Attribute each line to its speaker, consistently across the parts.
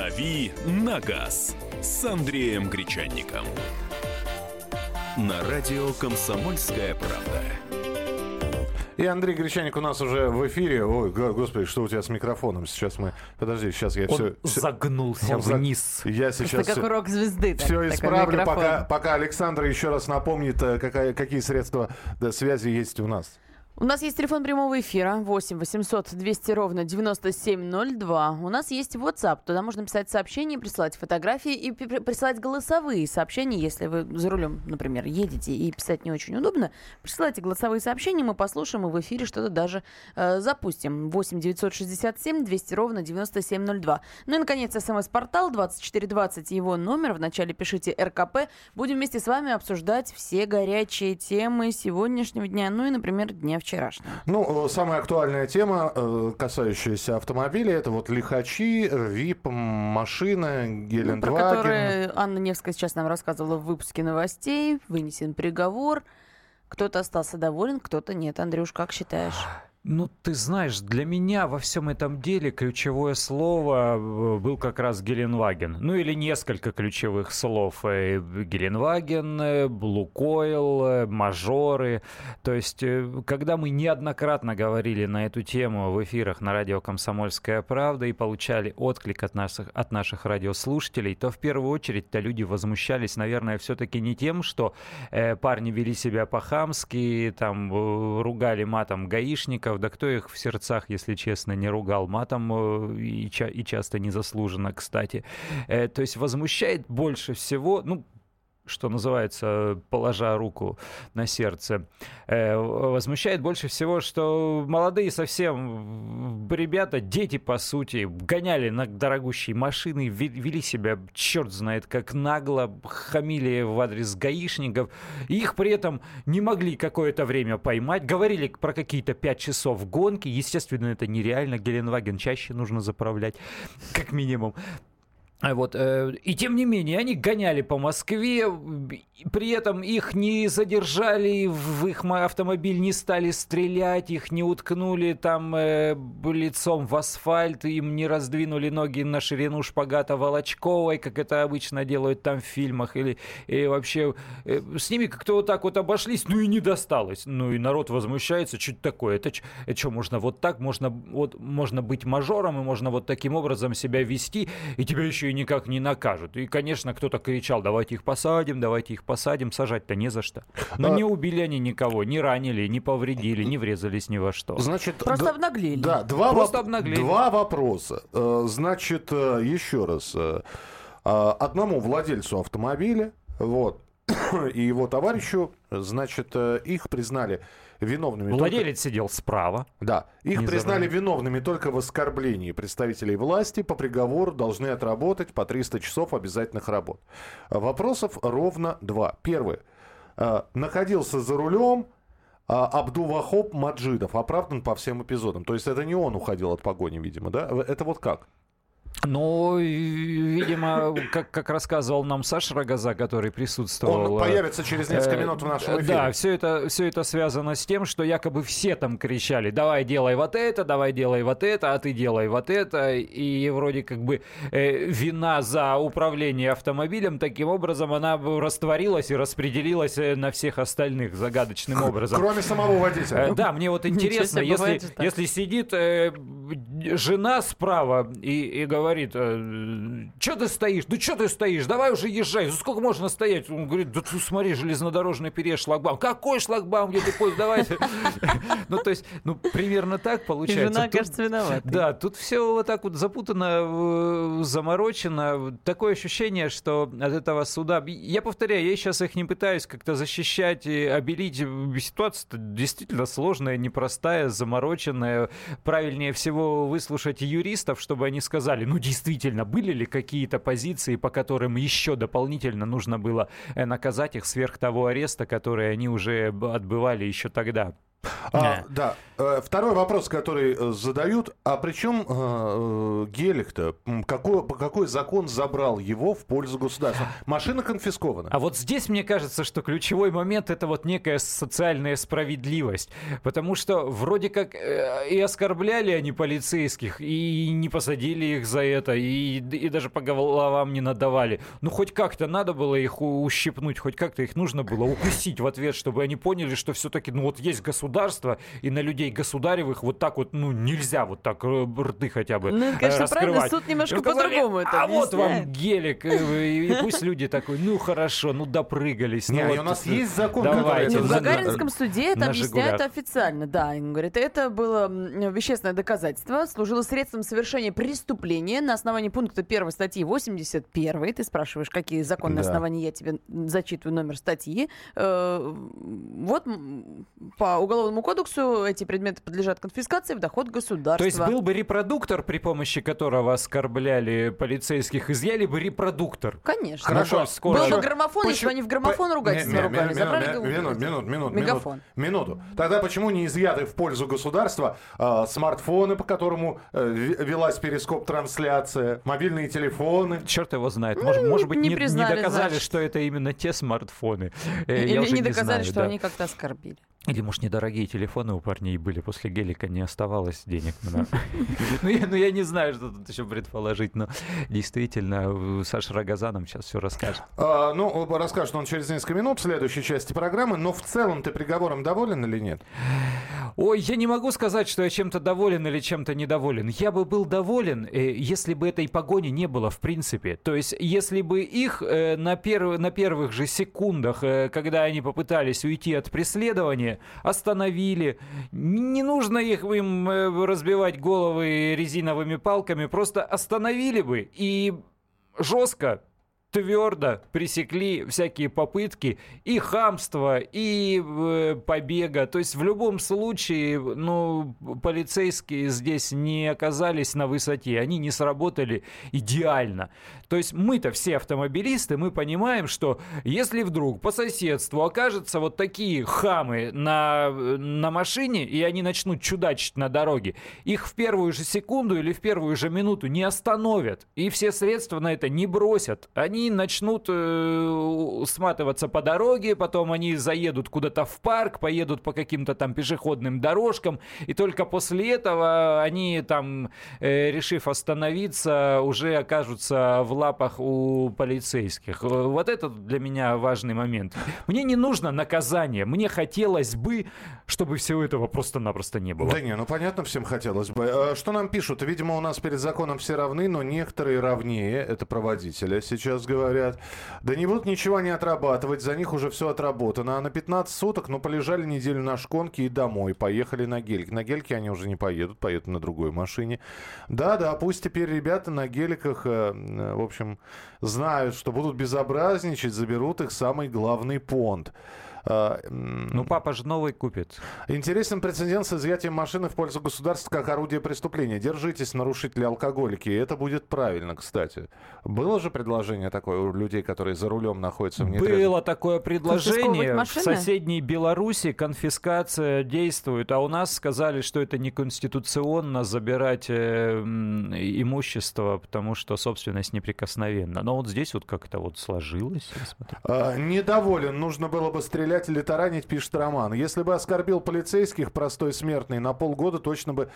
Speaker 1: «Дави на газ» с Андреем Гречанником. На радио «Комсомольская правда».
Speaker 2: И Андрей Гречанник у нас уже в эфире. Ой, господи, что у тебя с микрофоном? Сейчас мы... Подожди, сейчас я
Speaker 3: Он загнулся вниз.
Speaker 2: Я сейчас...
Speaker 4: Это как урок звезды.
Speaker 2: Все исправлю, пока Александр еще раз напомнит, какие средства связи есть у нас.
Speaker 4: У нас есть телефон прямого эфира 8 800 200 ровно 9702. У нас есть WhatsApp. Туда можно писать сообщения, присылать фотографии и присылать голосовые сообщения. Если вы за рулем, например, едете и писать не очень удобно, присылайте голосовые сообщения, мы послушаем и в эфире что-то даже запустим. 8 967 200 ровно 9702. Ну и, наконец, СМС-портал 2420. Его номер. Вначале пишите РКП. Будем вместе с вами обсуждать все горячие темы сегодняшнего дня. Ну и, например, дня вчерашнего.
Speaker 2: Ну, самая актуальная тема, касающаяся автомобилей, это вот лихачи, ВИП-машина, Гелендваген.
Speaker 4: Про которые Анна Невская сейчас нам рассказывала в выпуске новостей. Вынесен приговор. Кто-то остался доволен, кто-то нет. Андрюш, как считаешь?
Speaker 3: Ну, ты знаешь, для меня во всем этом деле ключевое слово был как раз Геленваген. Ну, или несколько ключевых слов. Геленваген, Лукойл, мажоры. То есть, когда мы неоднократно говорили на эту тему в эфирах на радио «Комсомольская правда» и получали отклик от наших радиослушателей, то в первую очередь-то люди возмущались, наверное, все-таки не тем, что парни вели себя по-хамски, там, ругали матом гаишников. Да кто их в сердцах, если честно, не ругал матом и часто незаслуженно, кстати. То есть возмущает больше всего, ну, что называется, положа руку на сердце, возмущает больше всего, что молодые совсем ребята, дети, по сути, гоняли на дорогущие машины, вели себя черт знает как нагло, хамили в адрес гаишников, и их при этом не могли какое-то время поймать, говорили про какие-то 5 часов гонки, естественно, это нереально, Геленваген чаще нужно заправлять, как минимум. Вот. И тем не менее, они гоняли по Москве, при этом их не задержали, в их автомобиль не стали стрелять, их не уткнули там лицом в асфальт, им не раздвинули ноги на ширину шпагата Волочковой, как это обычно делают там в фильмах, или вообще с ними как-то вот так вот обошлись, ну и не досталось. Ну и народ возмущается, что это такое, это что, можно вот так, можно быть мажором, и можно вот таким образом себя вести, и тебя еще и никак не накажут. И, конечно, кто-то кричал, давайте их посадим, сажать-то не за что. Но не убили они никого, не ранили, не повредили, не врезались ни во что.
Speaker 2: Значит,
Speaker 4: просто обнаглели.
Speaker 2: Да, два вопроса. Значит, еще раз. Одному владельцу автомобиля, вот, и его товарищу, значит, их признали виновными.
Speaker 3: Владелец сидел справа.
Speaker 2: Да, их признали виновными только в оскорблении представителей власти. По приговору должны отработать по 300 часов обязательных работ. Вопросов ровно два. Первый. Находился за рулем Абдувахоп Маджидов, оправдан по всем эпизодам. То есть это не он уходил от погони, видимо, да? Это вот как?
Speaker 3: Ну, видимо, как рассказывал нам Саша Рогоза, который присутствовал...
Speaker 2: Он появится через несколько минут в нашем эфире.
Speaker 3: Да, все это связано с тем, что якобы все там кричали: давай делай вот это, а ты делай вот это. И вроде как бы вина за управление автомобилем таким образом, она растворилась и распределилась на всех остальных загадочным образом.
Speaker 2: Кроме самого водителя.
Speaker 3: Да, мне вот интересно, если сидит жена справа и говорит: что ты стоишь? Да что ты стоишь? Давай уже езжай. Сколько можно стоять? Он говорит: да ты смотри, железнодорожный переезд, шлагбаум. Какой шлагбаум? Где ты поезд? Давай. Ну, то есть, примерно так получается.
Speaker 4: И жена, кажется, виновата.
Speaker 3: Да, тут все вот так вот запутано, заморочено. Такое ощущение, что от этого суда... Я повторяю, я сейчас их не пытаюсь как-то защищать и обелить. Ситуация действительно сложная, непростая, замороченная. Правильнее всего выслушать юристов, чтобы они сказали, ну, действительно, были ли какие-то позиции, по которым еще дополнительно нужно было наказать их сверх того ареста, который они уже отбывали еще тогда.
Speaker 2: Да. Второй вопрос, который задают. А при чем гелик-то? Какой закон забрал его в пользу государства? Машина конфискована.
Speaker 3: А вот здесь, мне кажется, что ключевой момент — это вот некая социальная справедливость. Потому что вроде как и оскорбляли они полицейских, и не посадили их за это, и даже по головам не надавали. Ну, хоть как-то надо было их ущипнуть, хоть как-то их нужно было укусить в ответ, чтобы они поняли, что все-таки, ну, вот есть государство, и на людей государевых вот так вот, ну, нельзя вот так рты хотя бы
Speaker 4: Ну, конечно,
Speaker 3: раскрывать.
Speaker 4: правильно, суд немножко по-другому это
Speaker 3: вот вам
Speaker 4: объясняет.
Speaker 3: гелик, и пусть люди такой, ну, хорошо, ну, допрыгались.
Speaker 2: Не,
Speaker 3: ну, вот
Speaker 2: у нас
Speaker 3: тут,
Speaker 2: есть закон,
Speaker 3: давайте.
Speaker 2: который...
Speaker 4: В Гагаринском суде это
Speaker 3: на
Speaker 4: объясняют
Speaker 3: «Жигулях».
Speaker 4: официально. Да, им говорят, это было вещественное доказательство, служило средством совершения преступления на основании пункта 1 статьи 81. Ты спрашиваешь, какие законные
Speaker 2: Да.
Speaker 4: основания, я тебе зачитываю номер статьи. Вот по Уголовному кодексу эти предметы подлежат конфискации в доход государства.
Speaker 3: То есть был бы репродуктор, при помощи которого оскорбляли полицейских, изъяли бы репродуктор.
Speaker 4: Конечно.
Speaker 2: Хорошо.
Speaker 3: Скоро
Speaker 4: Был
Speaker 3: же.
Speaker 4: бы граммофон, если бы они в граммофон ругательства ругали. Забрали мегафон.
Speaker 2: Минуту. Тогда почему не изъяты в пользу государства смартфоны, по которому велась перископ-трансляция, мобильные телефоны?
Speaker 3: Черт его знает. Может быть,
Speaker 4: не
Speaker 3: не
Speaker 4: признали,
Speaker 3: доказали,
Speaker 4: значит.
Speaker 3: что это именно те смартфоны.
Speaker 4: Или
Speaker 3: Я уже
Speaker 4: не доказали,
Speaker 3: знаю,
Speaker 4: что
Speaker 3: да.
Speaker 4: они как-то оскорбили.
Speaker 3: Или, может, недорогие телефоны у парней были. После гелика не оставалось денег. Ну, я не знаю, что тут еще предположить. Но действительно, Саша Рогоза нам сейчас все расскажет.
Speaker 2: Ну, расскажет он через несколько минут в следующей части программы. Но в целом ты приговором доволен или нет?
Speaker 3: Ой, я не могу сказать, что я чем-то доволен или чем-то недоволен. Я бы был доволен, если бы этой погони не было в принципе. То есть, если бы их на первых же секундах, когда они попытались уйти от преследования, остановили. Не нужно им разбивать головы резиновыми палками, просто остановили бы и жестко, твердо пресекли всякие попытки и хамства, и побега. То есть в любом случае, ну, полицейские здесь не оказались на высоте. Они не сработали идеально. То есть мы-то все автомобилисты, мы понимаем, что если вдруг по соседству окажутся вот такие хамы на машине, и они начнут чудачить на дороге, их в первую же секунду или в первую же минуту не остановят. И все средства на это не бросят. Они начнут сматываться по дороге, потом они заедут куда-то в парк, поедут по каким-то там пешеходным дорожкам, и только после этого они там, решив остановиться, уже окажутся в лапах у полицейских. Вот это для меня важный момент. Мне не нужно наказание, мне хотелось бы, чтобы всего этого просто-напросто не было.
Speaker 2: Да не, ну понятно, всем хотелось бы. Что нам пишут? Видимо, у нас перед законом все равны, но некоторые равнее. Это про водителя сейчас говорят. Да не будут ничего не отрабатывать, за них уже все отработано. А на 15 суток, ну, полежали неделю на шконке и домой. Поехали на гелик. На гельке они уже не поедут на другой машине. Да, пусть теперь ребята на геликах, в общем, знают, что будут безобразничать, заберут их самый главный понт.
Speaker 3: Ну, папа же новый купит.
Speaker 2: Интересен прецедент с изъятием машины в пользу государства как орудие преступления. Держитесь, нарушители-алкоголики. И это будет правильно, кстати. Было же предложение такое у людей, которые за рулем находятся в нетрезвом?
Speaker 3: Было такое предложение.
Speaker 4: Конфисковывать
Speaker 3: В
Speaker 4: машины?
Speaker 3: соседней Беларуси конфискация действует, а у нас сказали, что это неконституционно забирать имущество, потому что собственность неприкосновенна. Но вот здесь вот как-то вот сложилось. Я смотрю.
Speaker 2: Недоволен. Нужно было бы стрелять или таранить, пишет Роман. Если бы оскорбил полицейских, простой смертный, на полгода точно бы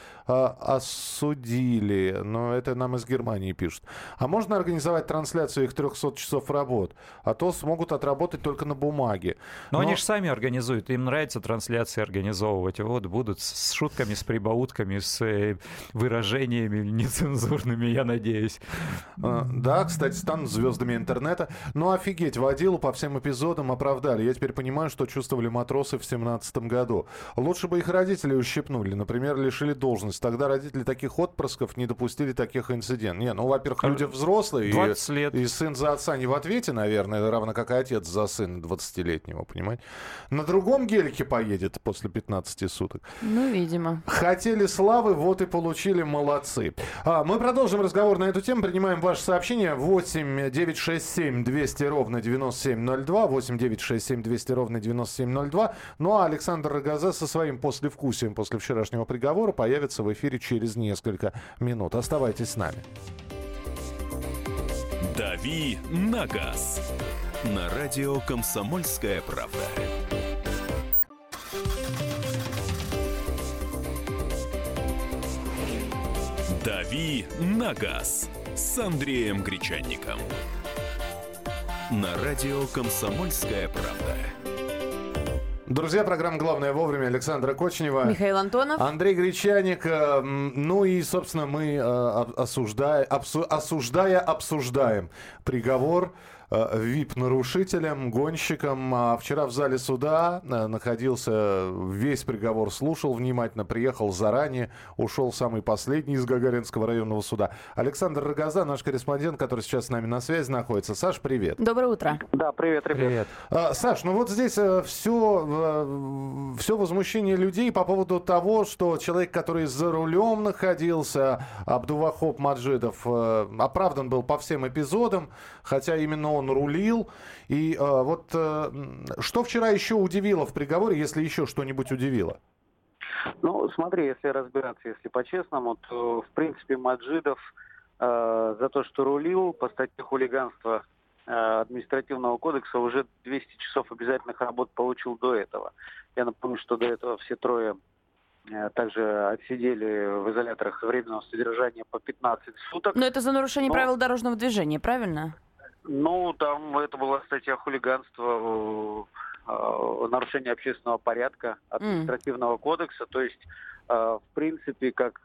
Speaker 2: осудили. Но это нам из Германии пишут. А можно организовать трансляцию их 300 часов работ? А то смогут отработать только на бумаге.
Speaker 3: Но они же сами организуют. Им нравится трансляции организовывать. Вот будут с шутками, с прибаутками, с выражениями нецензурными, я надеюсь.
Speaker 2: Да, кстати, станут звездами интернета. Ну, офигеть, водилу по всем эпизодам оправдали. Я теперь понимаю, что чувствовали матросы в 2017 году. Лучше бы их родители ущипнули, например, лишили должности. Тогда родители таких отпрысков не допустили таких инцидентов. Не, ну, во-первых, люди взрослые.
Speaker 3: 20 лет.
Speaker 2: И сын за отца не в ответе, наверное, равно как и отец за сына 20-летнего, понимаете? На другом гелике поедет после 15 суток.
Speaker 4: Ну, видимо.
Speaker 2: Хотели славы, вот и получили, молодцы. Мы продолжим разговор на эту тему, принимаем ваши сообщения. 8 967 200 ровно 9702, 8 967 200 ровно 9702. Ну а Александр Рогоза со своим послевкусием после вчерашнего приговора появится в эфире через несколько минут. Оставайтесь с нами.
Speaker 1: «Дави на газ» на радио «Комсомольская правда». «Дави на газ» с Андреем Гречанником. На радио «Комсомольская правда».
Speaker 2: Друзья, программа «Главное вовремя». Александра Кочнева.
Speaker 4: Михаил Антонов.
Speaker 2: Андрей Гречаник. Ну и, собственно, мы обсуждаем приговор ВИП-нарушителям, гонщикам. Вчера в зале суда находился, весь приговор слушал внимательно, приехал заранее, ушел самый последний из Гагаринского районного суда. Александр Рогоза, наш корреспондент, который сейчас с нами на связи находится. Саш, привет.
Speaker 4: Доброе утро.
Speaker 5: Да, привет, ребят.
Speaker 2: Привет. Саш, ну вот здесь все возмущение людей по поводу того, что человек, который за рулем находился, Абдувахоп Маджидов, оправдан был по всем эпизодам, хотя именно он рулил. И что вчера еще удивило в приговоре, если еще что-нибудь удивило?
Speaker 5: Ну, смотри, если разбираться, если по-честному, то, в принципе, Маджидов за то, что рулил по статье хулиганства административного кодекса, уже 200 часов обязательных работ получил до этого. Я напомню, что до этого все трое также отсидели в изоляторах временного содержания по 15 суток.
Speaker 4: Но это за нарушение правил дорожного движения, правильно?
Speaker 5: Ну, там это была статья хулиганства, нарушение общественного порядка, административного кодекса. То есть, в принципе, как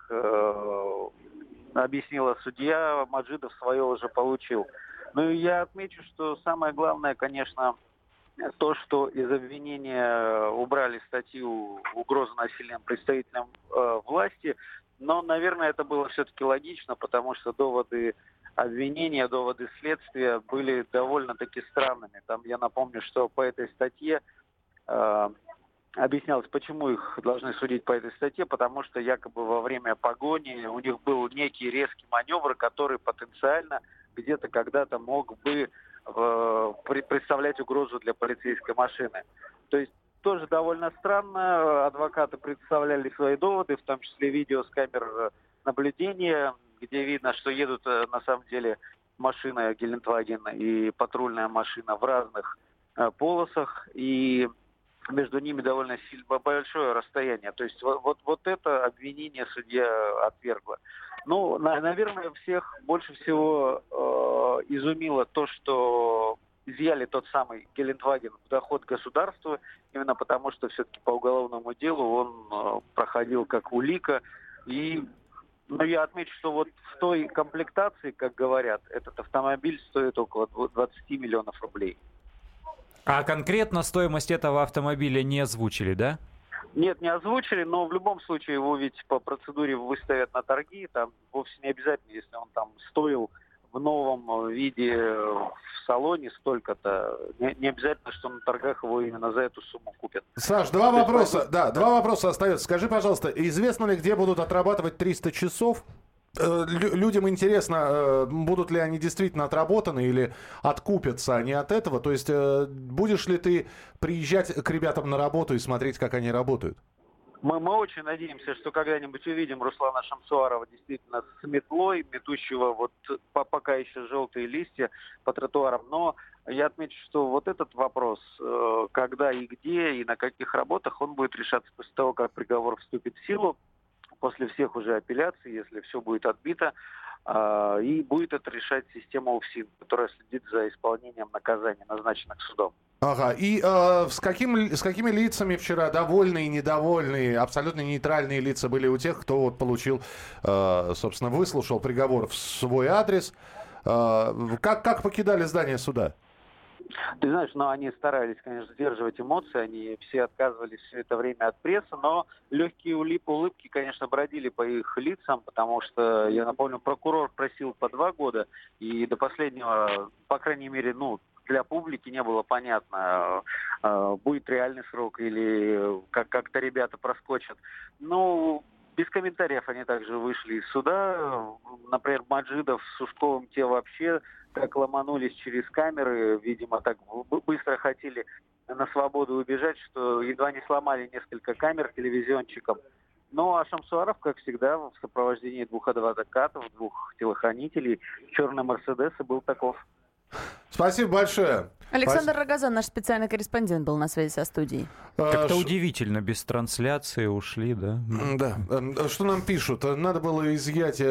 Speaker 5: объяснила судья, Маджидов свое уже получил. Ну и я отмечу, что самое главное, конечно, то, что из обвинения убрали статью угрозы насилием представителям власти. Но, наверное, это было все-таки логично, потому что доводы обвинения, доводы следствия были довольно-таки странными. Там, я напомню, что по этой статье объяснялось, почему их должны судить по этой статье, потому что якобы во время погони у них был некий резкий маневр, который потенциально где-то когда-то мог бы представлять угрозу для полицейской машины. То есть тоже довольно странно. Адвокаты представляли свои доводы, в том числе видео с камер наблюдения, где видно, что едут на самом деле машина Гелендваген и патрульная машина в разных полосах, и между ними довольно большое расстояние. То есть вот это обвинение судья отвергла. Ну, наверное, всех больше всего изумило то, что изъяли тот самый Гелендваген в доход государству, именно потому что все-таки по уголовному делу он проходил как улика. И я отмечу, что вот в той комплектации, как говорят, этот автомобиль стоит около 20 миллионов рублей.
Speaker 3: А конкретно стоимость этого автомобиля не озвучили, да?
Speaker 5: Нет, не озвучили, но в любом случае его ведь по процедуре выставят на торги. Там вовсе не обязательно, если он там стоил в новом виде в салоне столько-то, не обязательно, что на торгах его именно за эту сумму купят.
Speaker 2: Саш, два вопроса остается. Скажи, пожалуйста, известно ли, где будут отрабатывать 300 часов? Людям интересно, будут ли они действительно отработаны или откупятся они от этого? То есть будешь ли ты приезжать к ребятам на работу и смотреть, как они работают?
Speaker 5: Мы очень надеемся, что когда-нибудь увидим Руслана Шамсуарова действительно с метлой, метущего вот пока еще желтые листья по тротуарам. Но я отмечу, что вот этот вопрос, когда и где и на каких работах, он будет решаться после того, как приговор вступит в силу, после всех уже апелляций, если все будет отбито, и будет это решать система УФСИН, которая следит за исполнением наказаний, назначенных судом.
Speaker 2: Ага, и с какими лицами вчера, довольные и недовольные, абсолютно нейтральные лица были у тех, кто вот получил, собственно, выслушал приговор в свой адрес? Как покидали здание суда?
Speaker 5: Ты знаешь, они старались, конечно, сдерживать эмоции, они все отказывались все это время от прессы, но легкие улыбки, конечно, бродили по их лицам, потому что, я напомню, прокурор просил по 2 года, и до последнего, по крайней мере, для публики не было понятно, будет реальный срок или как-то ребята проскочат. Без комментариев они также вышли из суда. Например, Маджидов с Сушковым те вообще так ломанулись через камеры, видимо, так быстро хотели на свободу убежать, что едва не сломали несколько камер телевизионщикам. Ну, а Шамсуаров, как всегда, в сопровождении 2 адвокатов, 2 телохранителей, черный Мерседес и был таков.
Speaker 2: Спасибо большое.
Speaker 4: Александр Рогозан, наш специальный корреспондент, был на связи со студией.
Speaker 3: Как-то удивительно, без трансляции ушли, да?
Speaker 2: Да. Что нам пишут? Надо было изъять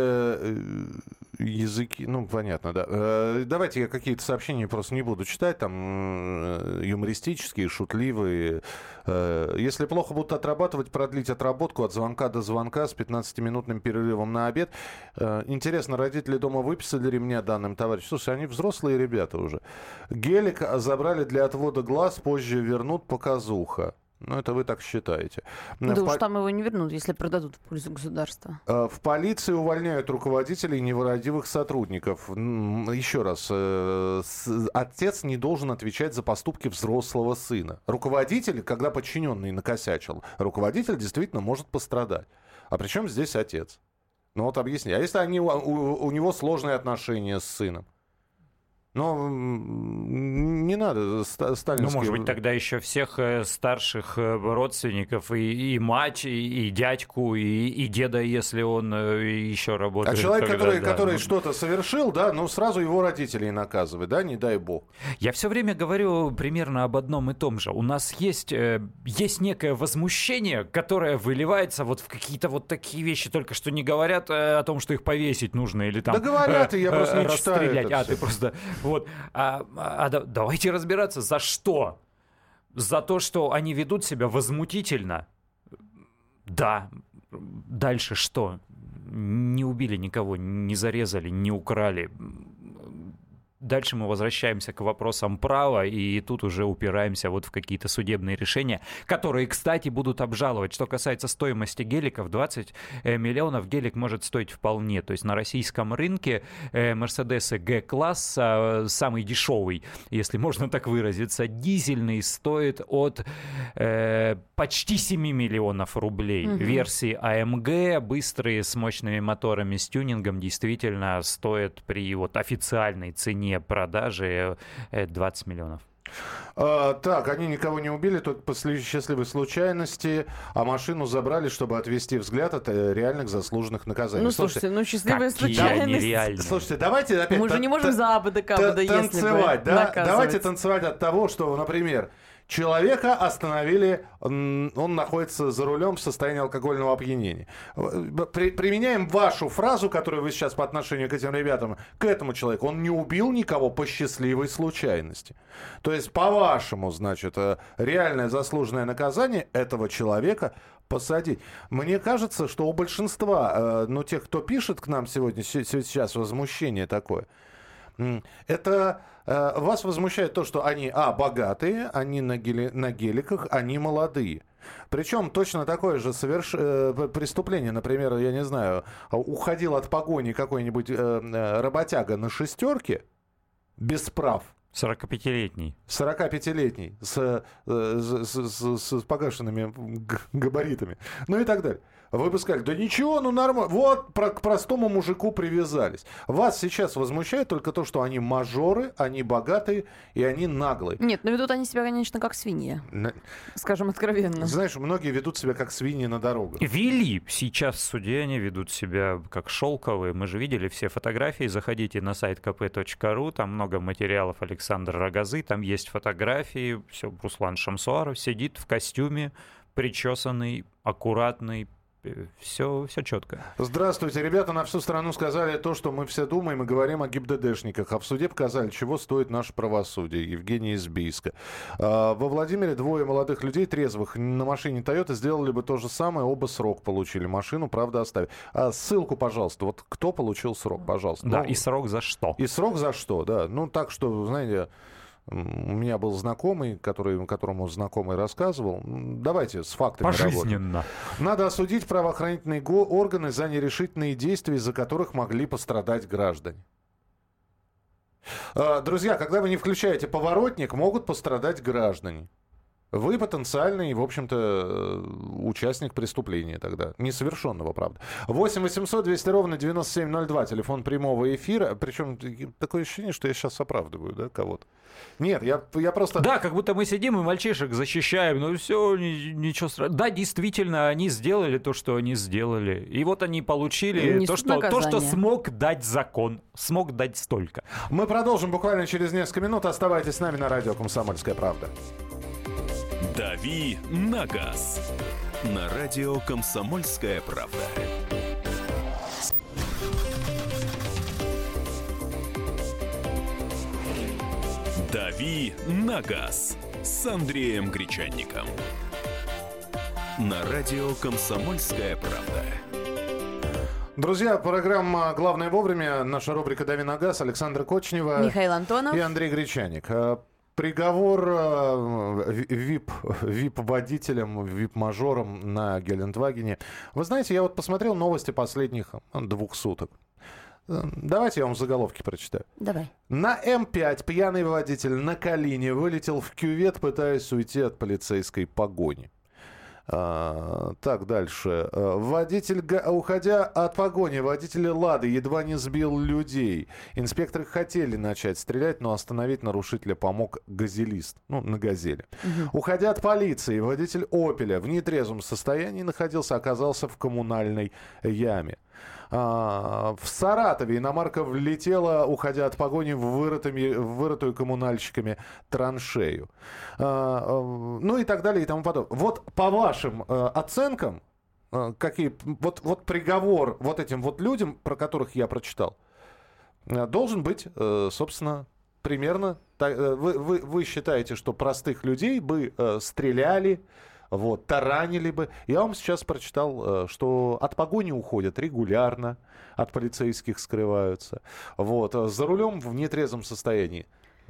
Speaker 2: языки. Ну, понятно, да. Давайте я какие-то сообщения просто не буду читать, там юмористические, шутливые. Если плохо будут отрабатывать, продлить отработку от звонка до звонка с 15-минутным перерывом на обед. Интересно, родители дома выписали ремня данным товарищам? Слушай, они взрослые ребята уже. Гелик забрали для отвода глаз, позже вернут, показуха. Ну, это вы так считаете.
Speaker 4: Да уж там его не вернут, если продадут в пользу государства.
Speaker 2: В полиции увольняют руководителей нерадивых сотрудников. Еще раз, отец не должен отвечать за поступки взрослого сына. Руководитель, когда подчиненный накосячил, руководитель действительно может пострадать. А при чем здесь отец? Ну вот объясни. А если у него сложные отношения с сыном? Но не надо сталинские...
Speaker 3: Ну, может быть, тогда еще всех старших родственников, и мать, и дядьку, и деда, если он еще работает.
Speaker 2: А человек, который что-то совершил, да, ну, сразу его родителей наказывать, да, не дай бог.
Speaker 3: Я все время говорю примерно об одном и том же. У нас есть некое возмущение, которое выливается вот в какие-то вот такие вещи, только что не говорят о том, что их повесить нужно, или там...
Speaker 2: Да говорят, я просто не читаю это
Speaker 3: ты просто... Вот. Давайте разбираться, за что? За то, что они ведут себя возмутительно? Да. Дальше что? Не убили никого, не зарезали, не украли. Дальше мы возвращаемся к вопросам права, и тут уже упираемся вот в какие-то судебные решения, которые, кстати, будут обжаловать. Что касается стоимости геликов, 20 миллионов гелик может стоить вполне. То есть на российском рынке Мерседесы Г-класса, самый дешевый, если можно так выразиться, дизельный, стоит от почти 7 миллионов рублей. Версии AMG, быстрые, с мощными моторами, с тюнингом, действительно стоят при вот официальной цене продажи 20 миллионов.
Speaker 2: Так, они никого не убили, только по счастливой случайности, а машину забрали, чтобы отвести взгляд от реальных заслуженных наказаний.
Speaker 4: Ну, слушайте, счастливая случайность.
Speaker 2: Слушайте, давайте опять...
Speaker 4: Мы же не можем за абы
Speaker 2: танцевать, да? Давайте танцевать от того, что, например, человека остановили, он находится за рулем в состоянии алкогольного опьянения. Применяем вашу фразу, которую вы сейчас по отношению к этим ребятам, к этому человеку. Он не убил никого по счастливой случайности. То есть, по-вашему, значит, реальное заслуженное наказание этого человека посадить. Мне кажется, что у большинства, тех, кто пишет к нам сегодня, сейчас возмущение такое, это... Вас возмущает то, что они, богатые, они на геликах, они молодые. Причем точно такое же преступление, например, я не знаю, уходил от погони какой-нибудь работяга на шестерке без прав.
Speaker 3: 45-летний.
Speaker 2: 45-летний с погашенными габаритами. Ну и так далее. Вы бы сказали, да ничего, нормально. Вот к простому мужику привязались. Вас сейчас возмущает только то, что они мажоры, они богатые и они наглые.
Speaker 4: Нет, но ведут они себя, конечно, как свиньи. Скажем откровенно.
Speaker 2: Знаешь, многие ведут себя как свиньи на дорогах.
Speaker 3: Вели. Сейчас в суде они ведут себя как шелковые. Мы же видели все фотографии. Заходите на сайт kp.ru. Там много материалов Александра Рогозы. Там есть фотографии. Все, Руслан Шамсуаров сидит в костюме, причесанный, аккуратный. Все четко.
Speaker 2: Здравствуйте, ребята. На всю страну сказали то, что мы все думаем и говорим о ГИБДДшниках. А в суде показали, чего стоит наше правосудие. Евгений из Бийска. Во Владимире 2 молодых людей, трезвых, на машине Toyota сделали бы то же самое. Оба срок получили. Машину, правда, оставили. Ссылку, пожалуйста. Вот кто получил срок, пожалуйста.
Speaker 3: Да, и срок за что.
Speaker 2: И срок за что, да. Ну, так что, знаете... У меня был знакомый, которому знакомый рассказывал. Давайте с фактами
Speaker 3: пожизненно
Speaker 2: работать. Надо осудить правоохранительные органы за нерешительные действия, из-за которых могли пострадать граждане. Друзья, когда вы не включаете поворотник, могут пострадать граждане. Вы потенциальный, в общем-то, участник преступления тогда. Несовершенного, правда. 8 800 200 ровно 9702, телефон прямого эфира. Причем такое ощущение, что я сейчас оправдываю, да, кого-то. Нет, я просто...
Speaker 3: Да, как будто мы сидим и мальчишек защищаем. Ну все, ничего страшного. Да, действительно, они сделали то, что они сделали. И вот они получили то, что смог дать закон. Смог дать столько.
Speaker 2: Мы продолжим буквально через несколько минут. Оставайтесь с нами на радио «Комсомольская правда».
Speaker 1: «Дави на газ» на радио «Комсомольская правда». «Дави на газ» с Андреем Гречанником. На радио «Комсомольская правда».
Speaker 2: Друзья, программа «Главное вовремя». Наша рубрика «Дави на газ». Александра Кочнева.
Speaker 4: Михаил Антонов.
Speaker 2: И Андрей Гречанник. Приговор ВИП-водителям, ВИП-мажорам на Гелендвагене. Вы знаете, я вот посмотрел новости последних 2 суток. Давайте я вам заголовки прочитаю.
Speaker 4: Давай.
Speaker 2: На М5 пьяный водитель на Калине вылетел в кювет, пытаясь уйти от полицейской погони. Так, дальше. Уходя от погони, водитель «Лады» едва не сбил людей. Инспекторы хотели начать стрелять, но остановить нарушителя помог газелист. Ну, на «Газели». Уходя от полиции, водитель «Опеля» в нетрезвом состоянии оказался в коммунальной яме. В Саратове иномарка влетела, уходя от погони, в вырытую коммунальщиками траншею. Ну и так далее и тому подобное. Вот по вашим оценкам, вот приговор вот этим вот людям, про которых я прочитал, должен быть, собственно, примерно... Вы считаете, что простых людей бы стреляли, вот, таранили бы. Я вам сейчас прочитал, что от погони уходят регулярно, от полицейских скрываются. Вот, за рулем в нетрезвом состоянии.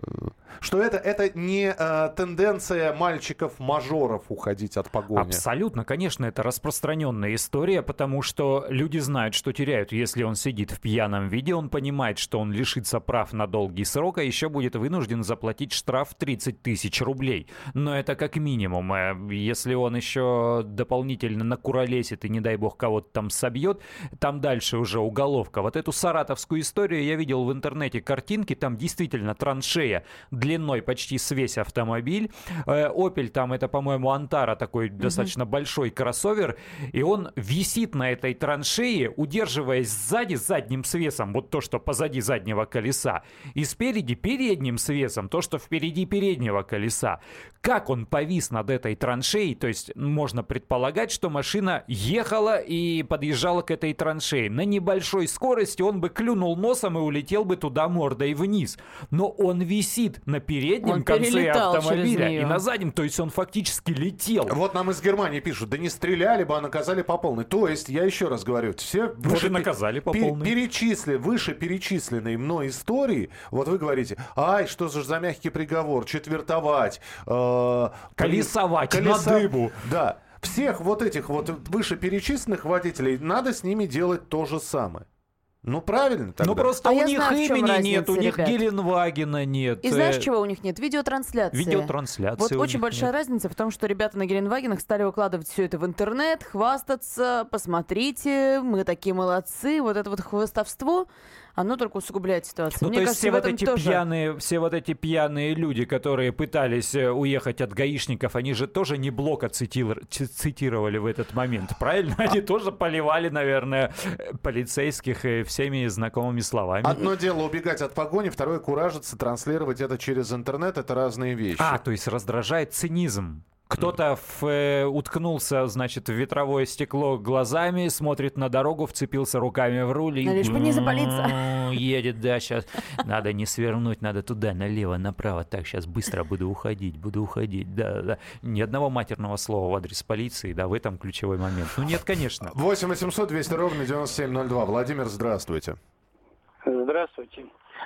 Speaker 2: Что это не тенденция мальчиков-мажоров уходить от погони.
Speaker 3: Абсолютно, конечно, это распространенная история, потому что люди знают, что теряют. Если он сидит в пьяном виде, он понимает, что он лишится прав на долгий срок, а еще будет вынужден заплатить штраф 30 тысяч рублей. Но это как минимум. Если он еще дополнительно накуролесит и, не дай бог, кого-то там собьет, там дальше уже уголовка. Вот эту саратовскую историю я видел в интернете картинки, там действительно траншея длиной почти с весь автомобиль. Opel там, это, по-моему, Антара, такой достаточно большой кроссовер, и он висит на этой траншее, удерживаясь сзади задним свесом, вот то, что позади заднего колеса, и спереди передним свесом, то, что впереди переднего колеса. Как он повис над этой траншеей, то есть можно предполагать, что машина ехала и подъезжала к этой траншее. На небольшой скорости он бы клюнул носом и улетел бы туда мордой вниз. Но он висит на переднем конце автомобиля и на заднем, то есть он фактически летел.
Speaker 2: Вот нам из Германии пишут, да не стреляли бы, а наказали по полной. То есть, я еще раз говорю, все
Speaker 3: наказали по полной.
Speaker 2: Вышеперечисленные мной истории, вот вы говорите, ай, что за мягкий приговор, четвертовать,
Speaker 3: колесовать на дыбу.
Speaker 2: Да, всех вот этих вот вышеперечисленных водителей надо с ними делать то же самое. Ну, правильно тогда.
Speaker 3: Ну, просто у них имени нет, у них Геленвагена нет.
Speaker 4: И знаешь, чего у них нет? Видеотрансляции.
Speaker 3: Видеотрансляции.
Speaker 4: Вот очень большая разница в том, что ребята на Геленвагенах стали выкладывать все это в интернет, хвастаться, посмотрите, мы такие молодцы. Вот это вот хвастовство, оно только усугубляет ситуацию.
Speaker 3: Ну,
Speaker 4: Мне
Speaker 3: то есть
Speaker 4: кажется,
Speaker 3: все вот эти пьяные люди, которые пытались уехать от гаишников, они же тоже не Блока цитировали в этот момент, правильно? Они тоже поливали, наверное, полицейских всеми знакомыми словами.
Speaker 2: Одно дело убегать от погони, второе куражиться, транслировать это через интернет, это разные вещи.
Speaker 3: То есть раздражает цинизм. Кто-то уткнулся, значит, в ветровое стекло глазами, смотрит на дорогу, вцепился руками в руль и...
Speaker 4: Лишь бы не запалиться.
Speaker 3: Едет, да, сейчас. Надо не свернуть, надо туда, налево, направо. Так, сейчас быстро буду уходить, да. Ни одного матерного слова в адрес полиции, да, в этом ключевой момент. Ну, нет, конечно.
Speaker 2: 8 800 200 ровно 9702. Владимир, здравствуйте.
Speaker 6: Здравствуйте.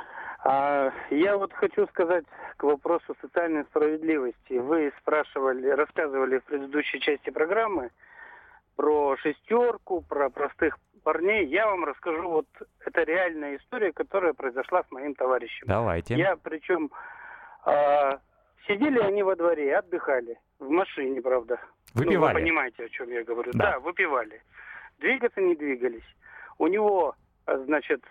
Speaker 6: Я вот хочу сказать к вопросу социальной справедливости. Вы рассказывали в предыдущей части программы про шестерку, про простых парней. Я вам расскажу, вот это реальная история, которая произошла с моим товарищем.
Speaker 3: Давайте.
Speaker 6: Причем сидели они во дворе, отдыхали. в машине, правда.
Speaker 3: Выпивали?
Speaker 6: Вы понимаете, о чем я говорю.
Speaker 3: Да.
Speaker 6: Да, выпивали. Двигаться не двигались. У него, значит,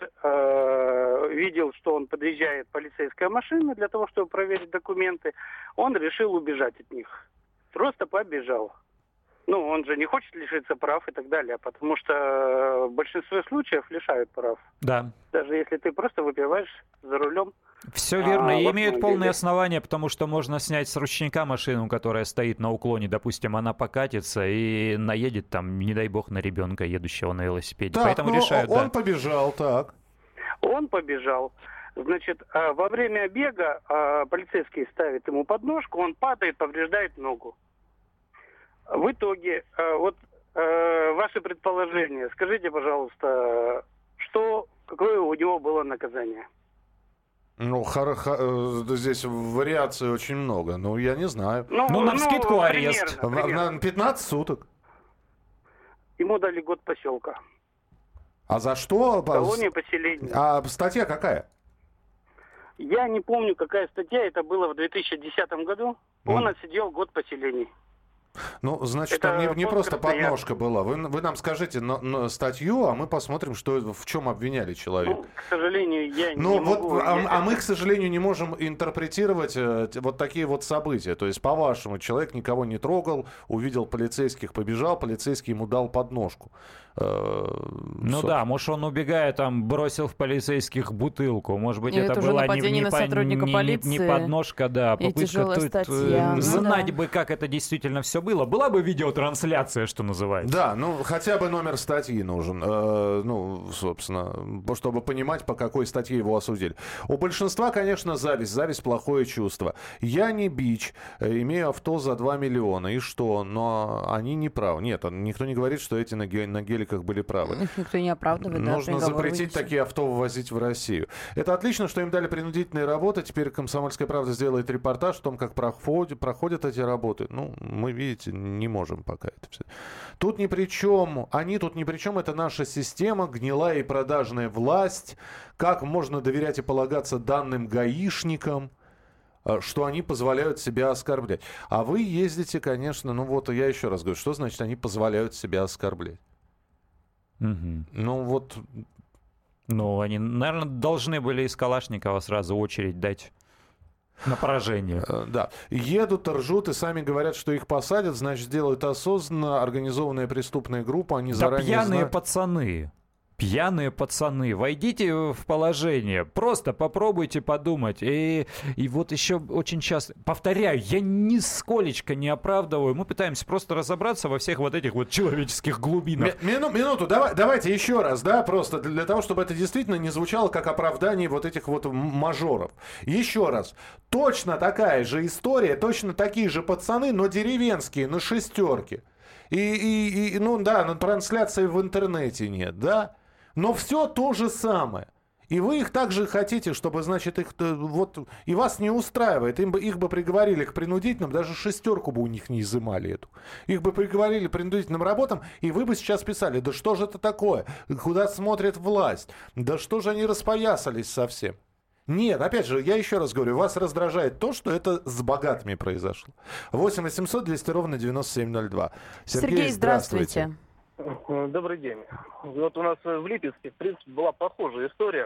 Speaker 6: видел, что он подъезжает полицейская машина для того, чтобы проверить документы. Он решил убежать от них. Просто побежал. Ну, он же не хочет лишиться прав и так далее, потому что в большинстве случаев лишают прав.
Speaker 3: Да.
Speaker 6: Даже если ты просто выпиваешь за рулем.
Speaker 3: Все верно. И
Speaker 6: в
Speaker 3: имеют
Speaker 6: автомобиле.
Speaker 3: полные основания, потому что можно снять с ручника машину, которая стоит на уклоне. Допустим, она покатится и наедет там, не дай бог, на ребенка, едущего на велосипеде.
Speaker 2: Так,
Speaker 3: Поэтому
Speaker 2: ну,
Speaker 3: решают,
Speaker 2: он
Speaker 3: да.
Speaker 2: побежал, так.
Speaker 6: Он побежал. Значит, во время бега полицейский ставит ему подножку, он падает, повреждает ногу. В итоге, ваше предположение, скажите, пожалуйста, какое у него было наказание?
Speaker 2: Ну, здесь вариаций очень много. Ну, я не знаю.
Speaker 3: Ну, навскидку арест.
Speaker 6: Примерно.
Speaker 2: 15 суток.
Speaker 6: Ему дали год поселка.
Speaker 2: А за что?
Speaker 6: Колония поселения.
Speaker 2: А статья какая?
Speaker 6: Я не помню, какая статья, это было в 2010 году. Он отсидел год поселений.
Speaker 2: Ну, значит,
Speaker 6: Это
Speaker 2: там не просто
Speaker 6: Красноярск.
Speaker 2: подножка была. Вы нам скажите статью, а мы посмотрим, в чем обвиняли человека.
Speaker 6: Ну, к сожалению, я
Speaker 2: Ну,
Speaker 6: не могу.
Speaker 2: мы, к сожалению, не можем интерпретировать вот такие вот события. То есть, по-вашему, человек никого не трогал, увидел полицейских, побежал, полицейский ему дал подножку.
Speaker 3: Да, может, он, убегая, там, бросил в полицейских бутылку. Может быть,
Speaker 4: Или
Speaker 3: это
Speaker 4: это уже
Speaker 3: была
Speaker 4: нападение на сотрудника полиции.
Speaker 3: не подножка, да,
Speaker 4: И
Speaker 3: попытка
Speaker 4: тяжелая
Speaker 3: тут
Speaker 4: статья.
Speaker 3: знать
Speaker 4: да.
Speaker 3: бы, как это действительно все было. Была бы видеотрансляция, что называется.
Speaker 2: Да, ну, хотя бы номер статьи нужен. Собственно, чтобы понимать, по какой статье его осудили. У большинства, конечно, зависть. Зависть — плохое чувство. Я не бич, имею авто за 2 миллиона. И что? Но они не правы. Нет, никто не говорит, что эти на геликах были правы.
Speaker 4: Их никто не оправдывает. да,
Speaker 2: Нужно
Speaker 4: приговор
Speaker 2: запретить
Speaker 4: вынесен.
Speaker 2: такие авто вывозить в Россию. Это отлично, что им дали принудительные работы. Теперь «Комсомольская правда» сделает репортаж о том, как проходят эти работы. Ну, мы, видите, не можем пока это все. Тут ни при чем. Они тут ни при чем. Это наша система, гнилая и продажная власть. Как можно доверять и полагаться данным гаишникам, что они позволяют себя оскорблять. А вы ездите, конечно, я еще раз говорю, что значит они позволяют себя оскорблять?
Speaker 3: Угу. Они, наверное, должны были из Калашникова сразу очередь дать на поражение.
Speaker 2: Да. Едут, ржут и сами говорят, что их посадят, значит, делают осознанно. Организованная преступная группа, они заранее
Speaker 3: пьяные
Speaker 2: знают.
Speaker 3: Пьяные пацаны, войдите в положение, просто попробуйте подумать. И вот еще очень часто, повторяю, я нисколечко не оправдываю, мы пытаемся просто разобраться во всех вот этих вот человеческих глубинах.
Speaker 2: Минуту, давайте еще раз, да, просто для того, чтобы это действительно не звучало как оправдание вот этих вот мажоров. Еще раз, точно такая же история, точно такие же пацаны, но деревенские, на шестерке. На трансляции в интернете нет, да? Но все то же самое. И вы их также хотите, чтобы, значит, и вас не устраивает. Их бы приговорили к принудительным, даже шестерку бы у них не изымали эту. Их бы приговорили к принудительным работам, и вы бы сейчас писали, да что же это такое? Куда смотрит власть? Да что же они распоясались совсем? Нет, опять же, я еще раз говорю, вас раздражает то, что это с богатыми произошло. 8 800 200 ровно 9702.
Speaker 4: Сергей, здравствуйте.
Speaker 7: Добрый день. Вот у нас в Липецке, в принципе, была похожая история.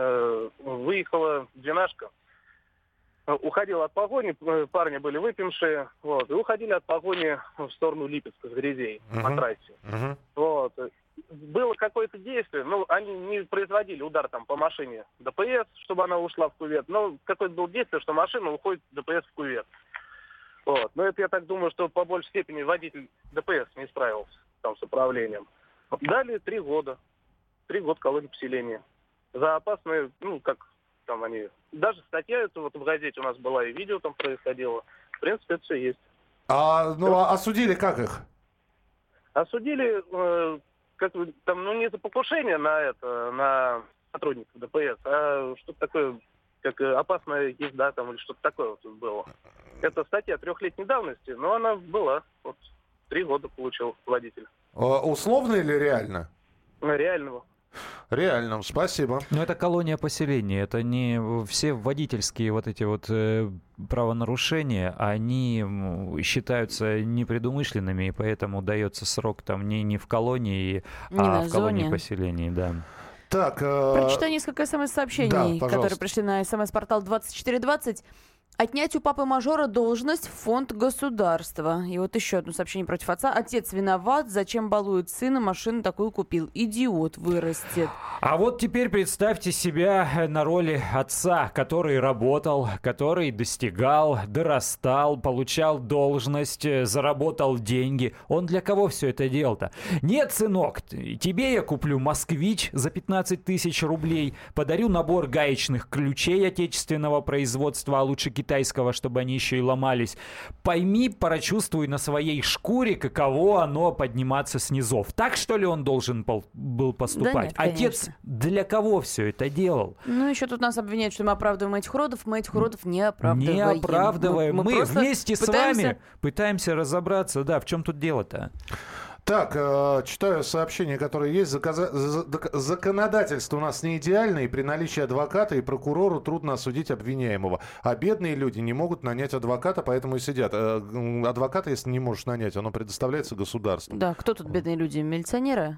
Speaker 7: Выехала двенашка, уходила от погони, парни были выпившие, и уходили от погони в сторону Липецка с Грязей по трассе. Было какое-то действие, они не производили удар там по машине ДПС, чтобы она ушла в кювет, но какое-то было действие, что машина уходит ДПС в кювет. Но это, я так думаю, что по большей степени водитель ДПС не справился там с управлением. Дали 3 года. 3 года колонии поселения. За опасные, как там они... Даже статья это в газете у нас была, и видео там происходило. В принципе, это все есть.
Speaker 2: Осудили как их?
Speaker 7: Осудили, не за покушение на сотрудников ДПС, а что-то такое, как опасная езда там, или что-то такое вот было. Это статья 3-летней давности, но она была. 3 года получил водитель.
Speaker 2: Условно или реально?
Speaker 7: Реального.
Speaker 2: Реально, спасибо.
Speaker 3: Но это колония поселений, это не все водительские вот эти вот правонарушения, они считаются непредумышленными, и поэтому дается срок там не в колонии, а в колонии поселений, да.
Speaker 2: Так,
Speaker 4: прочитаю несколько смс-сообщений, которые пришли на смс-портал 2420. Отнять у папы-мажора должность в фонд государства. И вот еще одно сообщение против отца. Отец виноват, зачем балует сына, машину такую купил. Идиот вырастет.
Speaker 3: А вот теперь представьте себя на роли отца, который работал, который достигал, дорастал, получал должность, заработал деньги. Он для кого все это делал-то? Нет, сынок, тебе я куплю «Москвич» за 15 тысяч рублей, подарю набор гаечных ключей отечественного производства, а лучше китайского, чтобы они еще и ломались. Пойми, прочувствуй на своей шкуре, каково оно подниматься с низов. Так, что ли, он должен был поступать?
Speaker 4: Да нет,
Speaker 3: отец для кого все это делал?
Speaker 4: Ну, еще тут нас обвиняют, что мы оправдываем этих уродов. Мы этих уродов не оправдываем.
Speaker 3: Не оправдываем. Мы вместе с вами пытаемся разобраться. Да, в чем тут дело-то?
Speaker 2: Так, читаю сообщение, которое есть. Законодательство у нас не идеальное, и при наличии адвоката и прокурору трудно осудить обвиняемого. А бедные люди не могут нанять адвоката, поэтому и сидят. Адвоката, если не можешь нанять, оно предоставляется государству.
Speaker 4: Да, кто тут бедные люди? Милиционеры?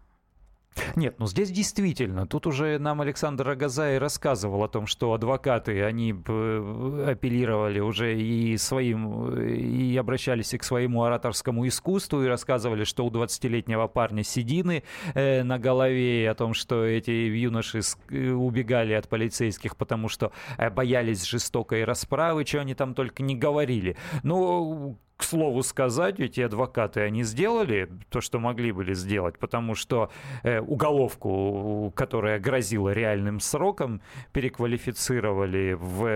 Speaker 3: Нет, ну здесь действительно, тут уже нам Александр Агазай рассказывал о том, что адвокаты, они апеллировали уже и обращались и к своему ораторскому искусству, и рассказывали, что у 20-летнего парня седины на голове, и о том, что эти юноши убегали от полицейских, потому что боялись жестокой расправы, чего они там только не говорили. Ну, к слову сказать, эти адвокаты, они сделали то, что могли были сделать, потому что уголовку, которая грозила реальным сроком, переквалифицировали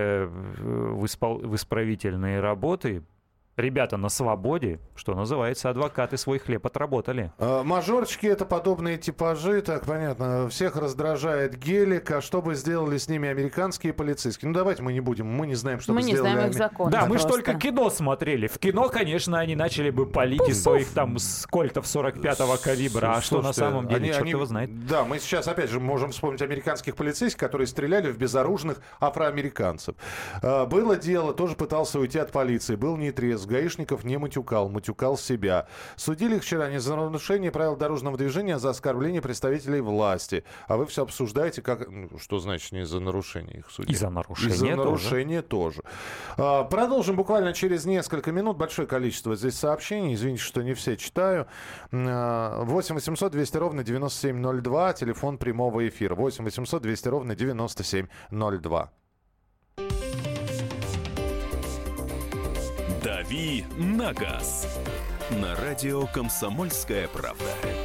Speaker 3: в исправительные работы. Ребята на свободе, что называется, адвокаты свой хлеб отработали.
Speaker 2: Мажорчики — это подобные типажи, так понятно. Всех раздражает гелик. А что бы сделали с ними американские полицейские? Ну давайте мы не будем, мы не знаем, что бы сделали.
Speaker 4: Мы не знаем их законов.
Speaker 3: Да, мы же только кино смотрели. В кино, конечно, они начали бы палить из своих там кольтов 45-го калибра. А что на самом деле, черт его знает.
Speaker 2: Да, мы сейчас опять же можем вспомнить американских полицейских, которые стреляли в безоружных афроамериканцев. Было дело, тоже пытался уйти от полиции, был нетрезв. Гаишников не матюкал себя. Судили их вчера не за нарушение правил дорожного движения, а за оскорбление представителей власти. А вы все обсуждаете, как... Что значит не за нарушение их судили?
Speaker 3: И за нарушение
Speaker 2: тоже. Продолжим буквально через несколько минут. Большое количество здесь сообщений. Извините, что не все читаю. 8 800 200 ровно 9702. Телефон прямого эфира. 8 800 200 ровно 9702.
Speaker 1: «Дави на газ» на радио «Комсомольская правда».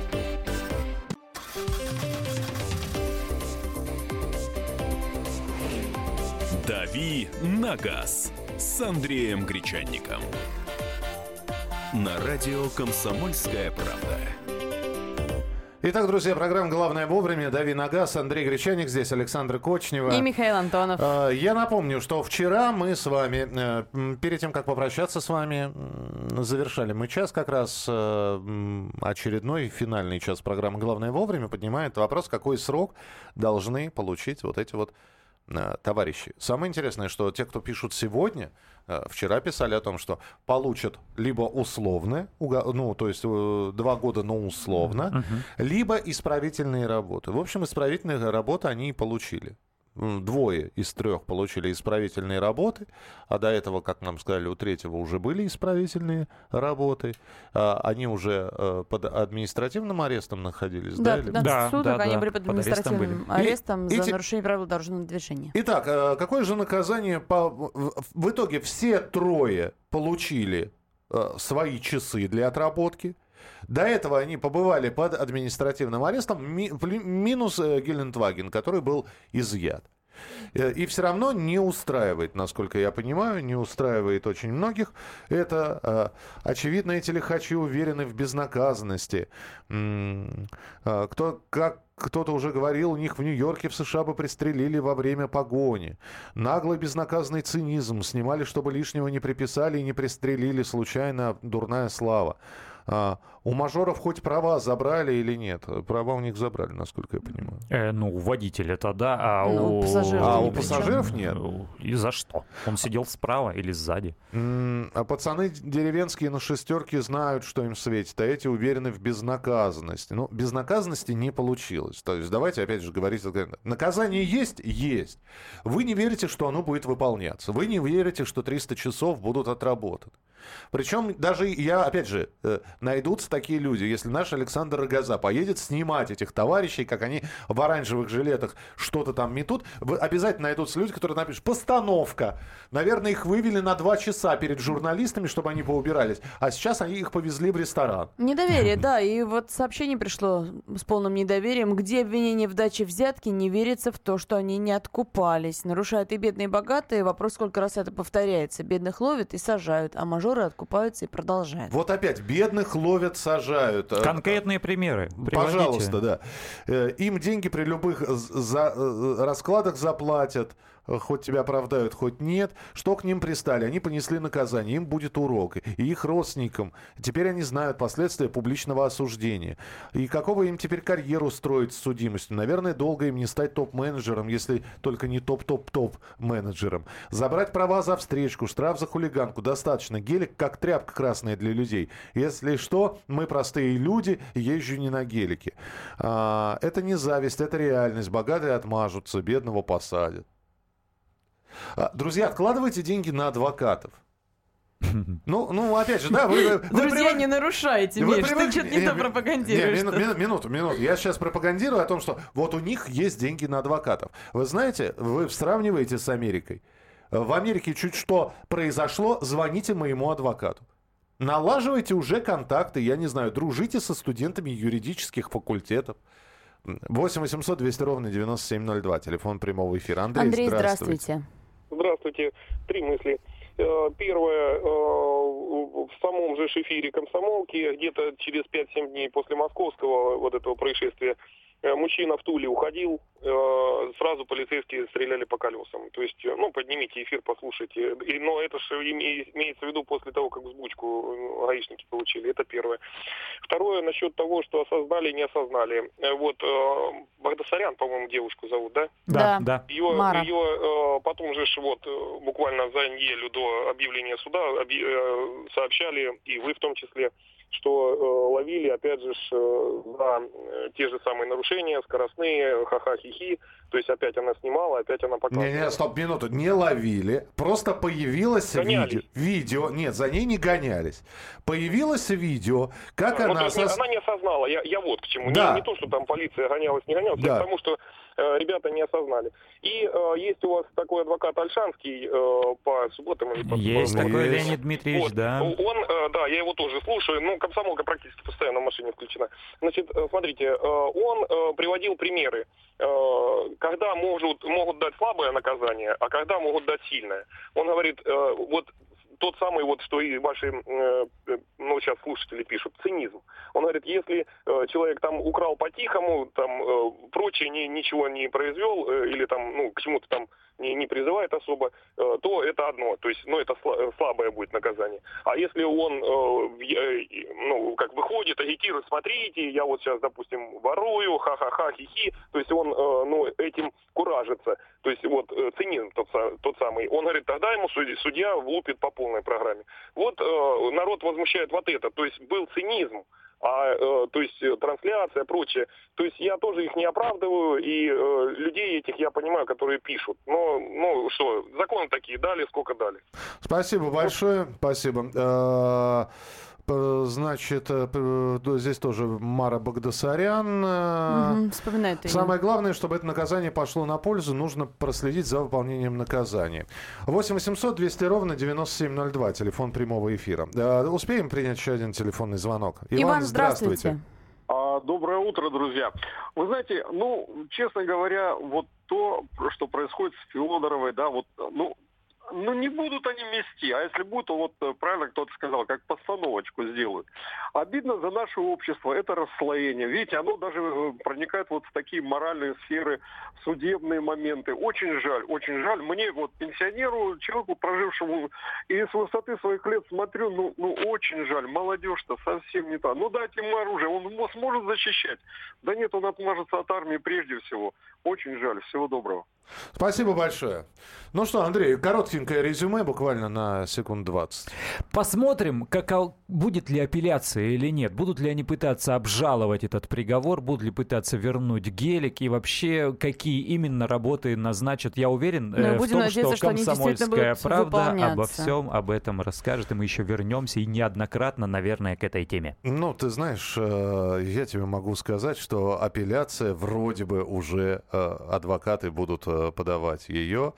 Speaker 1: «Дави на газ» с Андреем Гречанником. На радио «Комсомольская правда».
Speaker 2: Итак, друзья, программа «Главное вовремя». «Дави на газ». Андрей Гречаник здесь, Александра Кочнева.
Speaker 4: И Михаил Антонов.
Speaker 2: Я напомню, что вчера мы с вами, перед тем, как попрощаться с вами, завершали мы час как раз, очередной финальный час программы «Главное вовремя» поднимает вопрос, какой срок должны получить вот эти вот товарищи. Самое интересное, что те, кто пишут сегодня, вчера писали о том, что получат либо условно, ну, то есть 2 года, но условно, либо исправительные работы. В общем, исправительные работы они и получили. 2 из 3 получили исправительные работы, а до этого, как нам сказали, у 3-го уже были исправительные работы. Они уже под административным арестом находились, да?
Speaker 4: Да, 15 суток они были под административным арестом за нарушение правил дорожного движения.
Speaker 2: Итак, какое же наказание? В итоге все 3 получили свои часы для отработки. До этого они побывали под административным арестом, минус Гелендваген, который был изъят. И все равно не устраивает, насколько я понимаю, не устраивает очень многих. Это, очевидно, эти лихачи уверены в безнаказанности. Кто-то уже говорил, у них в Нью-Йорке, в США бы пристрелили во время погони. Наглый безнаказанный цинизм. Снимали, чтобы лишнего не приписали и не пристрелили. Случайно дурная слава. У мажоров хоть права забрали или нет? Права у них забрали, насколько я понимаю.
Speaker 3: Ну, у водителя-то да, а
Speaker 4: у пассажиров
Speaker 2: А
Speaker 4: ни
Speaker 2: у
Speaker 4: при чем.
Speaker 2: пассажиров нет?
Speaker 3: И за что? Он сидел справа или сзади?
Speaker 2: А пацаны деревенские на шестерке знают, что им светит, а эти уверены в безнаказанности. Ну, безнаказанности не получилось. То есть давайте опять же говорить, наказание есть? Есть. Вы не верите, что оно будет выполняться. Вы не верите, что 300 часов будут отработаны. Причем даже я, опять же, найдутся такие люди, если наш Александр Рогоза поедет снимать этих товарищей, как они в оранжевых жилетах что-то там метут, обязательно найдутся люди, которые напишут «постановка». Наверное, их вывели на 2 часа перед журналистами, чтобы они поубирались, а сейчас они их повезли в ресторан.
Speaker 4: Недоверие, да, и вот сообщение пришло с полным недоверием. Где обвинение в даче взятки, не верится в то, что они не откупались. Нарушают и бедные, и богатые. Вопрос, сколько раз это повторяется. Бедных ловят и сажают, а мажоры откупаются и продолжают.
Speaker 2: Вот опять, бедных ловят, сажают.
Speaker 3: Конкретные примеры.
Speaker 2: Пожалуйста, да. Им деньги при любых раскладах заплатят. Хоть тебя оправдают, хоть нет. Что к ним пристали? Они понесли наказание. Им будет урок. И их родственникам. Теперь они знают последствия публичного осуждения. И какого им теперь карьеру строить с судимостью? Наверное, долго им не стать топ-менеджером, если только не топ-топ-топ-менеджером. Забрать права за встречку, штраф за хулиганку. Достаточно. Гелик как тряпка красная для людей. Если что, мы простые люди, езжу не на гелике. Это не зависть, это реальность. Богатые отмажутся, бедного посадят. Друзья, откладывайте деньги на адвокатов. Ну, опять же, да,
Speaker 4: Друзья, не нарушайте, Миш, ты что-то не то пропагандируешь.
Speaker 2: Минуту. Я сейчас пропагандирую о том, что вот у них есть деньги на адвокатов. Вы знаете, вы сравниваете с Америкой. В Америке чуть что произошло, звоните моему адвокату. Налаживайте уже контакты, я не знаю, дружите со студентами юридических факультетов. 8 800 200 ровно 9702. Телефон прямого эфира. Андрей,
Speaker 4: здравствуйте.
Speaker 8: Здравствуйте. 3 мысли. Первое. В самом же эфире «Комсомолки» где-то через 5-7 дней после московского вот этого происшествия мужчина в Туле уходил, сразу полицейские стреляли по колесам. То есть, поднимите эфир, послушайте. Но это же имеется в виду после того, как взбучку гаишники получили. Это первое. Второе, насчет того, что осознали, не осознали. Вот Багдасарян, по-моему, девушку зовут, да?
Speaker 3: Да.
Speaker 8: Ее потом же буквально за неделю до объявления суда сообщали, и вы в том числе, что ловили, опять же, за те же самые нарушения, скоростные, ха-ха-хи-хи. То есть опять она снимала, опять она показывала.
Speaker 2: Не, стоп, минуту. Не ловили. Просто появилось видео. Нет, за ней не гонялись. Появилось видео, как она...
Speaker 8: Она не осознала. Я вот к чему.
Speaker 2: Да.
Speaker 8: Не то, что там полиция гонялась, не гонялась,
Speaker 2: да.
Speaker 8: А потому что ребята не осознали. И есть у вас такой адвокат Альшанский по субботам или по...
Speaker 3: Есть такой Леонид Дмитриевич,
Speaker 8: вот.
Speaker 3: да.
Speaker 8: Он, я его тоже слушаю. Комсомолка практически постоянно в машине включена. Значит, смотрите, он приводил примеры, когда могут дать слабое наказание, а когда могут дать сильное. Он говорит, вот тот самый, что и ваши, сейчас слушатели пишут, цинизм. Он говорит, если человек там украл по-тихому, прочее ничего не произвел, или к чему-то там не призывает особо, то это одно. То есть, это слабое будет наказание. А если он, выходит, агитирует, смотрите, я вот сейчас, допустим, ворую, ха-ха-ха, хи-хи, то есть он, этим куражится. То есть, цинизм тот самый. Он говорит, тогда ему судья влупит по полной программе. Вот народ возмущает вот это. То есть, был цинизм. То есть трансляция, прочее. То есть я тоже их не оправдываю, и людей этих я понимаю, которые пишут. Но что, законы такие дали, сколько дали.
Speaker 2: Спасибо большое, спасибо. Значит, здесь тоже Мара Багдасарян.
Speaker 4: Вспоминает ее.
Speaker 2: Самое главное, чтобы это наказание пошло на пользу, нужно проследить за выполнением наказания. 8 800 200 ровно 9702, телефон прямого эфира. Успеем принять еще один телефонный звонок?
Speaker 4: Иван, здравствуйте.
Speaker 9: Доброе утро, друзья. Вы знаете, честно говоря, вот то, что происходит с Федоровой, да, не будут они мести, а если будут, то вот правильно кто-то сказал, как постановочку сделают. Обидно за наше общество, это расслоение. Видите, оно даже проникает вот в такие моральные сферы, судебные моменты. Очень жаль, очень жаль. Мне вот пенсионеру, человеку, прожившему, и с высоты своих лет смотрю, очень жаль. Молодежь-то совсем не та. Дайте ему оружие, он сможет защищать. Да нет, он отмажется от армии прежде всего. Очень жаль. Всего доброго.
Speaker 2: Спасибо большое. Ну что, Андрей, коротенькое резюме, буквально на секунд 20.
Speaker 3: Посмотрим, будет ли апелляция или нет. Будут ли они пытаться обжаловать этот приговор, будут ли пытаться вернуть гелик и вообще какие именно работы назначат. Я уверен в том, что «Комсомольская правда» обо всем об этом расскажет. И мы еще вернемся и неоднократно, наверное, к этой теме.
Speaker 2: Ты знаешь, я тебе могу сказать, что апелляция вроде бы уже адвокаты будут подавать ее.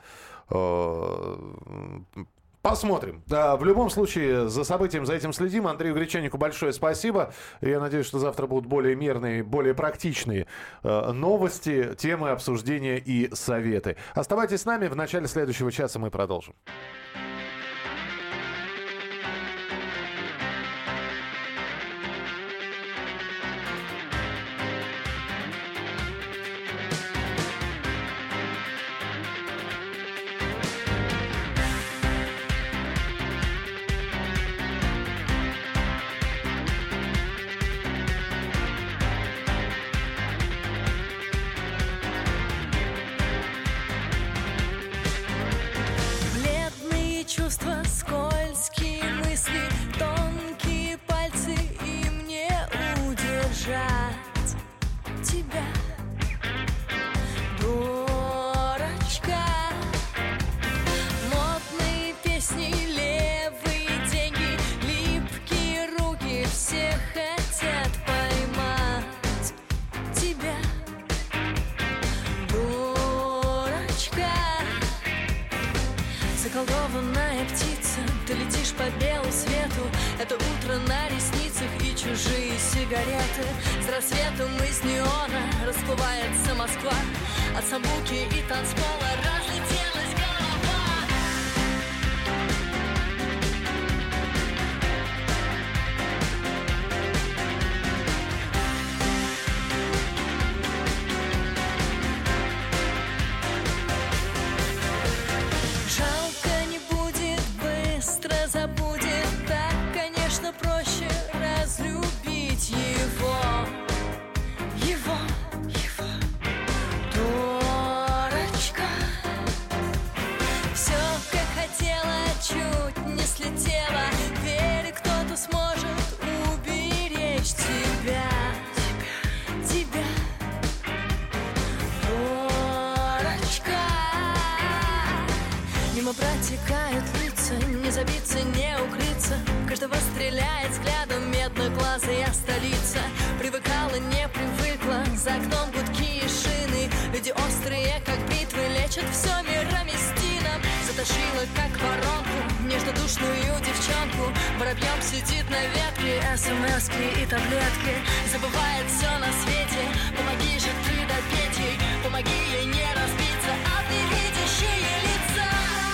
Speaker 2: Посмотрим. Да, в любом случае, за событием, за этим следим. Андрею Гречанику большое спасибо. Я надеюсь, что завтра будут более мирные, более практичные новости, темы обсуждения и советы. Оставайтесь с нами. В начале следующего часа мы продолжим.
Speaker 10: Заколдованная птица, ты летишь по белу свету. Это утро на ресницах и чужие сигареты. С рассветом из неона расплывается Москва. От самбуки и танцпола разлетелась голова. Жалко не будет, быстро забудет. Так, конечно, проще разлюбить его. Дурочка. Все, как хотела, чуть не слетела. Верь, кто-то сможет уберечь тебя. Дурочка. Мимо протекают лица, не забиться, не укрыться. Каждого стреляет взглядом медноглазая столица. Привыкала, не привыкла, за окном гудки и шины. Люди острые, как бритвы, лечат все мироместином. Затошила, как воронку, нежнодушную девчонку. Воробьем сидит на ветке, смс-ки и таблетки. Забывает все на свете, помоги же ты допеть ей. Помоги ей не разбиться от невидящие лица.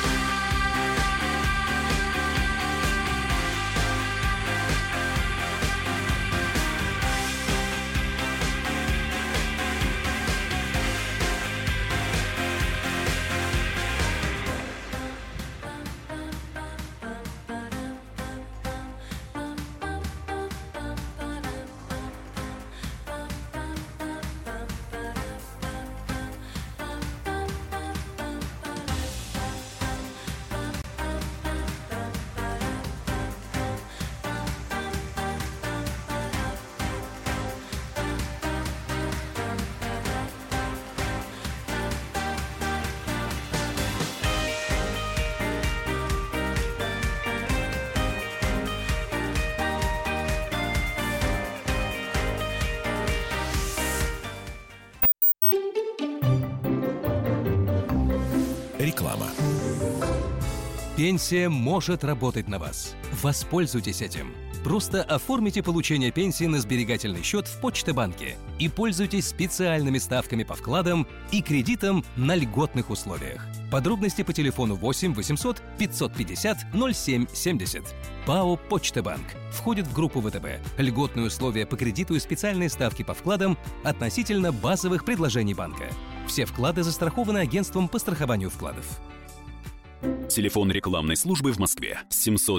Speaker 11: Реклама. Пенсия может работать на вас. Воспользуйтесь этим.
Speaker 12: Просто оформите получение пенсии на сберегательный счет в Почта-банке и пользуйтесь специальными ставками по вкладам и кредитам на льготных условиях. Подробности по телефону 8 800 550 0770. ПАО «Почта-банк» входит в группу ВТБ. Льготные условия по кредиту и специальные ставки по вкладам относительно базовых предложений банка. Все вклады застрахованы агентством по страхованию вкладов.
Speaker 1: Телефон рекламной службы в Москве 700